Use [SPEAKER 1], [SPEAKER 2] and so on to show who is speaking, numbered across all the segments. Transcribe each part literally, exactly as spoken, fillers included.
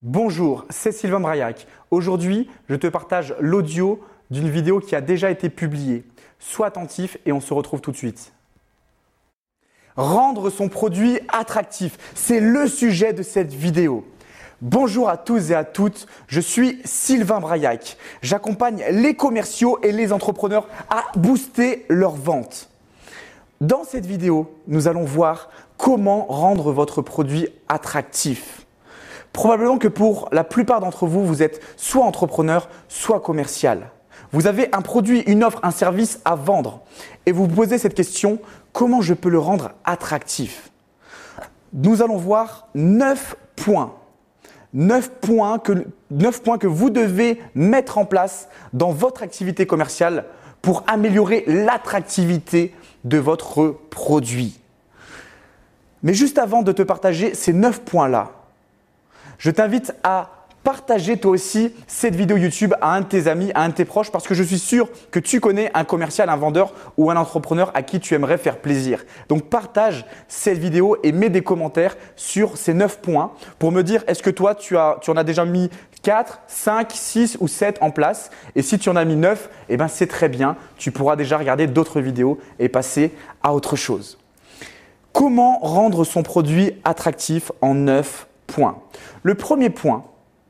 [SPEAKER 1] Bonjour, c'est Sylvain Braillac. Aujourd'hui, je te partage l'audio d'une vidéo qui a déjà été publiée. Sois attentif et on se retrouve tout de suite. Rendre son produit attractif, c'est le sujet de cette vidéo. Bonjour à tous et à toutes, je suis Sylvain Braillac. J'accompagne les commerciaux et les entrepreneurs à booster leurs ventes. Dans cette vidéo, nous allons voir comment rendre votre produit attractif. Probablement que pour la plupart d'entre vous, vous êtes soit entrepreneur, soit commercial. Vous avez un produit, une offre, un service à vendre et vous vous posez cette question, comment je peux le rendre attractif? Nous allons voir neuf points. neuf points que, neuf points que vous devez mettre en place dans votre activité commerciale pour améliorer l'attractivité de votre produit. Mais juste avant de te partager ces neuf points-là, je t'invite à partager toi aussi cette vidéo YouTube à un de tes amis, à un de tes proches parce que je suis sûr que tu connais un commercial, un vendeur ou un entrepreneur à qui tu aimerais faire plaisir. Donc partage cette vidéo et mets des commentaires sur ces neuf points pour me dire est-ce que toi tu, as, tu en as déjà mis quatre, cinq, six ou sept en place et si tu en as mis neuf, eh ben c'est très bien, tu pourras déjà regarder d'autres vidéos et passer à autre chose. Comment rendre son produit attractif en neuf points? Le premier point,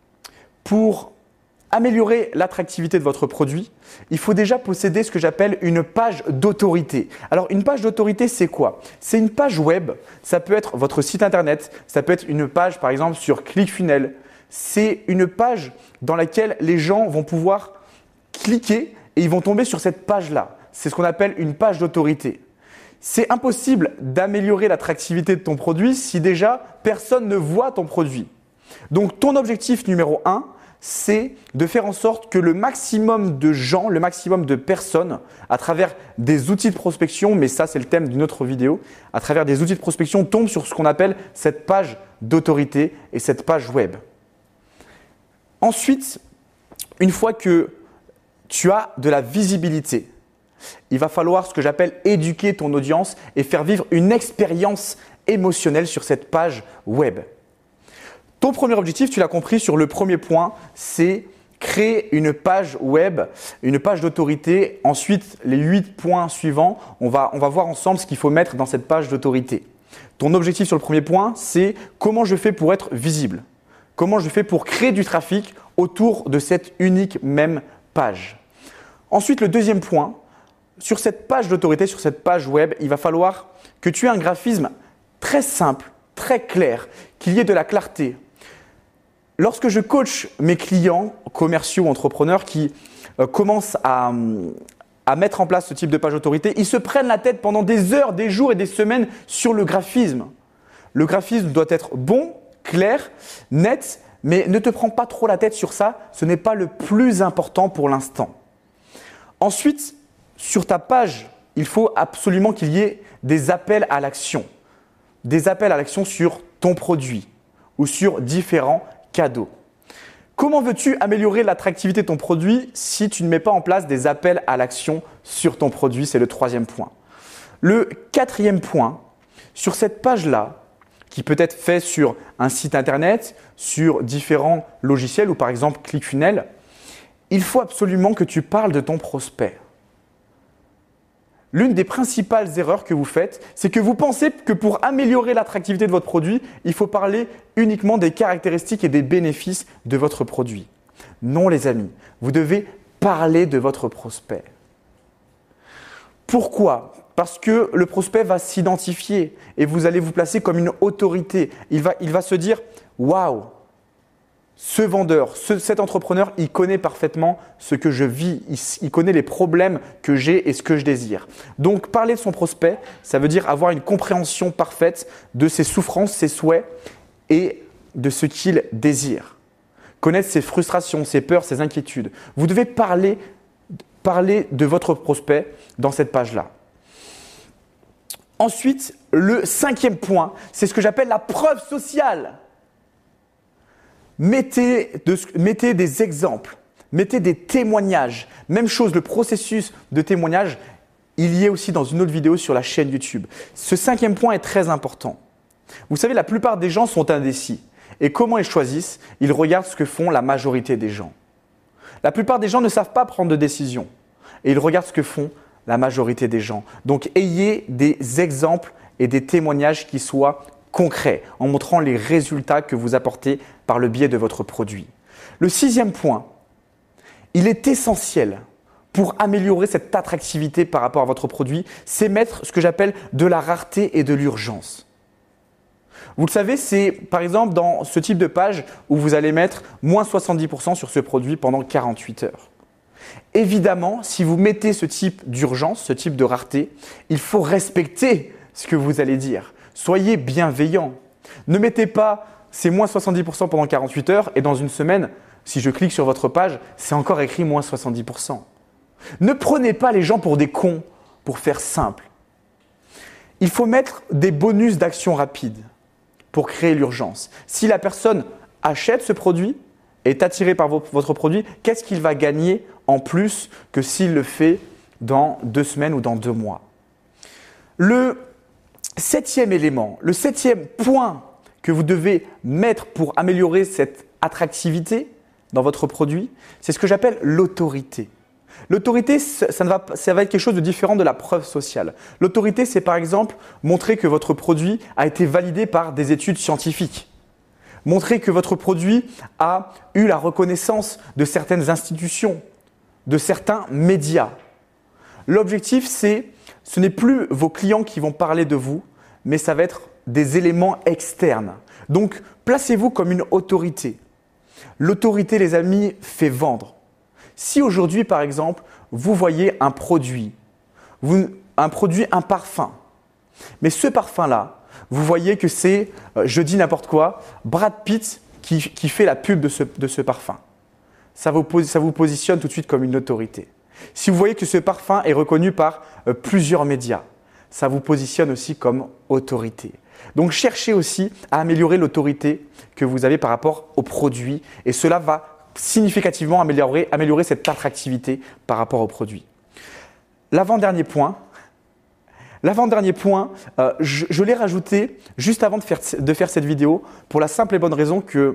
[SPEAKER 1] pour améliorer l'attractivité de votre produit, il faut déjà posséder ce que j'appelle une page d'autorité. Alors une page d'autorité, c'est quoi? C'est une page web, ça peut être votre site internet, ça peut être une page par exemple sur ClickFunnels. C'est une page dans laquelle les gens vont pouvoir cliquer et ils vont tomber sur cette page-là. C'est ce qu'on appelle une page d'autorité. C'est impossible d'améliorer l'attractivité de ton produit si déjà personne ne voit ton produit. Donc ton objectif numéro un, c'est de faire en sorte que le maximum de gens, le maximum de personnes, à travers des outils de prospection, mais ça c'est le thème d'une autre vidéo, à travers des outils de prospection, tombent sur ce qu'on appelle cette page d'autorité et cette page web. Ensuite, une fois que tu as de la visibilité, il va falloir ce que j'appelle éduquer ton audience et faire vivre une expérience émotionnelle sur cette page web. Ton premier objectif, tu l'as compris sur le premier point, c'est créer une page web, une page d'autorité. Ensuite, les huit points suivants, on va, on va voir ensemble ce qu'il faut mettre dans cette page d'autorité. Ton objectif sur le premier point, c'est comment je fais pour être visible. Comment je fais pour créer du trafic autour de cette unique même page. Ensuite, le deuxième point, sur cette page d'autorité, sur cette page web, il va falloir que tu aies un graphisme très simple, très clair, qu'il y ait de la clarté. Lorsque je coach mes clients commerciaux, entrepreneurs qui euh, commencent à, à mettre en place ce type de page d'autorité, ils se prennent la tête pendant des heures, des jours et des semaines sur le graphisme. Le graphisme doit être bon, clair, net, mais ne te prends pas trop la tête sur ça, ce n'est pas le plus important pour l'instant. Ensuite, sur ta page, il faut absolument qu'il y ait des appels à l'action. Des appels à l'action sur ton produit ou sur différents cadeaux. Comment veux-tu améliorer l'attractivité de ton produit si tu ne mets pas en place des appels à l'action sur ton produit? C'est le troisième point. Le quatrième point, sur cette page-là, qui peut être fait sur un site internet, sur différents logiciels ou par exemple ClickFunnels, il faut absolument que tu parles de ton prospect. L'une des principales erreurs que vous faites, c'est que vous pensez que pour améliorer l'attractivité de votre produit, il faut parler uniquement des caractéristiques et des bénéfices de votre produit. Non les amis, vous devez parler de votre prospect. Pourquoi? Parce que le prospect va s'identifier et vous allez vous placer comme une autorité. Il va, il va se dire « Waouh !» Ce vendeur, ce, cet entrepreneur, il connaît parfaitement ce que je vis, il, il connaît les problèmes que j'ai et ce que je désire. Donc, parler de son prospect, ça veut dire avoir une compréhension parfaite de ses souffrances, ses souhaits et de ce qu'il désire. Connaître ses frustrations, ses peurs, ses inquiétudes. Vous devez parler, parler de votre prospect dans cette page-là. Ensuite, le cinquième point, c'est ce que j'appelle la preuve sociale. Mettez, de, mettez des exemples, mettez des témoignages. Même chose, le processus de témoignage, il y est aussi dans une autre vidéo sur la chaîne YouTube. Ce cinquième point est très important. Vous savez, la plupart des gens sont indécis. Et comment ils choisissent? Ils regardent ce que font la majorité des gens. La plupart des gens ne savent pas prendre de décision. Et ils regardent ce que font la majorité des gens. Donc, ayez des exemples et des témoignages qui soient concrets, en montrant les résultats que vous apportez par le biais de votre produit. Le sixième point, il est essentiel pour améliorer cette attractivité par rapport à votre produit, c'est mettre ce que j'appelle de la rareté et de l'urgence. Vous le savez, c'est par exemple dans ce type de page où vous allez mettre moins soixante-dix pour cent sur ce produit pendant quarante-huit heures. Évidemment, si vous mettez ce type d'urgence, ce type de rareté, il faut respecter ce que vous allez dire. Soyez bienveillant. Ne mettez pas c'est moins soixante-dix pour cent pendant quarante-huit heures et dans une semaine, si je clique sur votre page, c'est encore écrit moins soixante-dix pour cent. Ne prenez pas les gens pour des cons, pour faire simple. Il faut mettre des bonus d'action rapide pour créer l'urgence. Si la personne achète ce produit, est attiré par votre produit, qu'est-ce qu'il va gagner en plus que s'il le fait dans deux semaines ou dans deux mois? Le septième élément, le septième point que vous devez mettre pour améliorer cette attractivité dans votre produit, c'est ce que j'appelle l'autorité. L'autorité, ça, ne va, ça va être quelque chose de différent de la preuve sociale. L'autorité, c'est par exemple montrer que votre produit a été validé par des études scientifiques. Montrer que votre produit a eu la reconnaissance de certaines institutions, de certains médias. L'objectif, c'est, ce n'est plus vos clients qui vont parler de vous, mais ça va être des éléments externes. Donc, placez-vous comme une autorité. L'autorité, les amis, fait vendre. Si aujourd'hui, par exemple, vous voyez un produit, vous, un produit, un parfum, mais ce parfum-là, vous voyez que c'est, euh, je dis n'importe quoi, Brad Pitt qui, qui fait la pub de ce, de ce parfum. Ça vous, ça vous positionne tout de suite comme une autorité. Si vous voyez que ce parfum est reconnu par euh, plusieurs médias, ça vous positionne aussi comme autorité. Donc, cherchez aussi à améliorer l'autorité que vous avez par rapport au produit et cela va significativement améliorer, améliorer cette attractivité par rapport au produit. L'avant-dernier point, l'avant-dernier point, euh, je, je l'ai rajouté juste avant de faire, de faire cette vidéo pour la simple et bonne raison que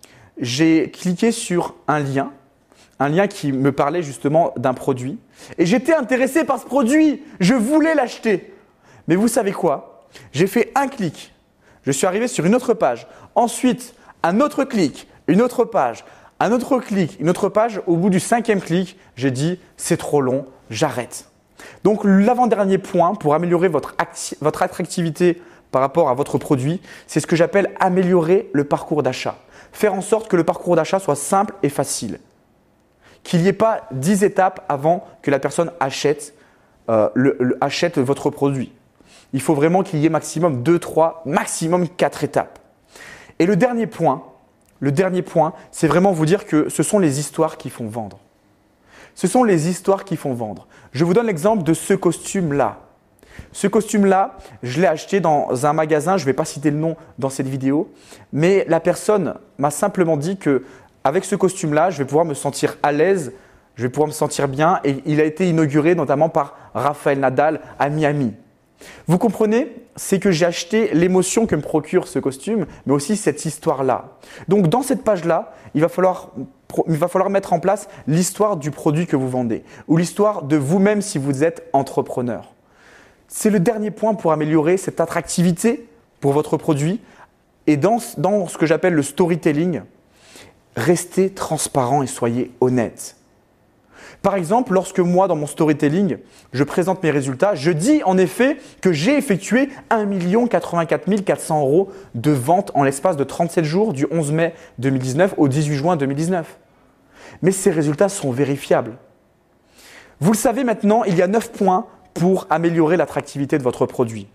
[SPEAKER 1] j'ai cliqué sur un lien, un lien qui me parlait justement d'un produit et j'étais intéressé par ce produit, je voulais l'acheter. Mais vous savez quoi? J'ai fait un clic, je suis arrivé sur une autre page, ensuite un autre clic, une autre page, un autre clic, une autre page. Au bout du cinquième clic, j'ai dit c'est trop long, j'arrête. Donc l'avant-dernier point pour améliorer votre, votre attractivité par rapport à votre produit, c'est ce que j'appelle améliorer le parcours d'achat. Faire en sorte que le parcours d'achat soit simple et facile. Qu'il n'y ait pas dix étapes avant que la personne achète, euh, le, le, achète votre produit. Il faut vraiment qu'il y ait maximum deux, trois, maximum quatre étapes. Et le dernier point, le dernier point, c'est vraiment vous dire que ce sont les histoires qui font vendre. Ce sont les histoires qui font vendre. Je vous donne l'exemple de ce costume-là. Ce costume-là, je l'ai acheté dans un magasin, je ne vais pas citer le nom dans cette vidéo, mais la personne m'a simplement dit qu'avec ce costume-là, je vais pouvoir me sentir à l'aise, je vais pouvoir me sentir bien et il a été inauguré notamment par Rafael Nadal à Miami. Vous comprenez? C'est que j'ai acheté l'émotion que me procure ce costume, mais aussi cette histoire-là. Donc, dans cette page-là, il va falloir, il va falloir mettre en place l'histoire du produit que vous vendez ou l'histoire de vous-même si vous êtes entrepreneur. C'est le dernier point pour améliorer cette attractivité pour votre produit. Et dans, dans ce que j'appelle le storytelling, restez transparent et soyez honnête. Par exemple, lorsque moi, dans mon storytelling, je présente mes résultats, je dis en effet que j'ai effectué un million quatre-vingt-quatre mille quatre cents euros de ventes en l'espace de trente-sept jours du onze mai deux mille dix-neuf au dix-huit juin deux mille dix-neuf. Mais ces résultats sont vérifiables. Vous le savez maintenant, il y a neuf points pour améliorer l'attractivité de votre produit.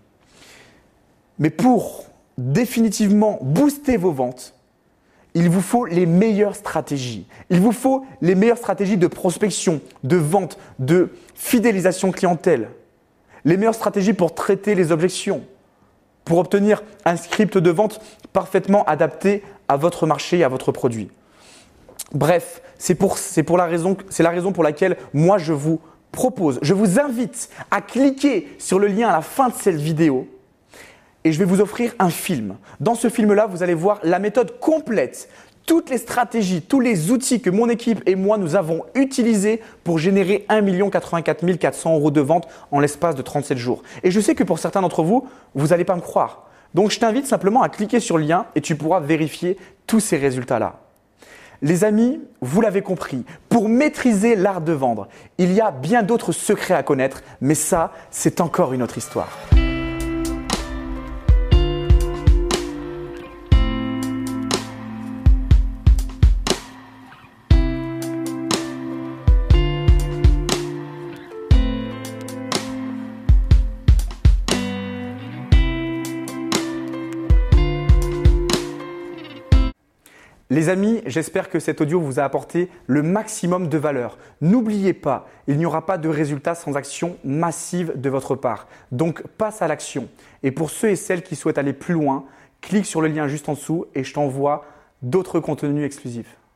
[SPEAKER 1] Mais pour définitivement booster vos ventes, il vous faut les meilleures stratégies. Il vous faut les meilleures stratégies de prospection, de vente, de fidélisation clientèle. Les meilleures stratégies pour traiter les objections, pour obtenir un script de vente parfaitement adapté à votre marché et à votre produit. Bref, c'est pour, c'est pour la raison, c'est la raison pour laquelle moi je vous propose, je vous invite à cliquer sur le lien à la fin de cette vidéo et je vais vous offrir un film. Dans ce film-là, vous allez voir la méthode complète, toutes les stratégies, tous les outils que mon équipe et moi nous avons utilisés pour générer un million quatre-vingt-quatre mille quatre cents euros de vente en l'espace de trente-sept jours. Et je sais que pour certains d'entre vous, vous n'allez pas me croire. Donc je t'invite simplement à cliquer sur le lien et tu pourras vérifier tous ces résultats-là. Les amis, vous l'avez compris, pour maîtriser l'art de vendre, il y a bien d'autres secrets à connaître, mais ça, c'est encore une autre histoire. Les amis, j'espère que cet audio vous a apporté le maximum de valeur. N'oubliez pas, il n'y aura pas de résultat sans action massive de votre part. Donc, passe à l'action. Et pour ceux et celles qui souhaitent aller plus loin, clique sur le lien juste en dessous et je t'envoie d'autres contenus exclusifs.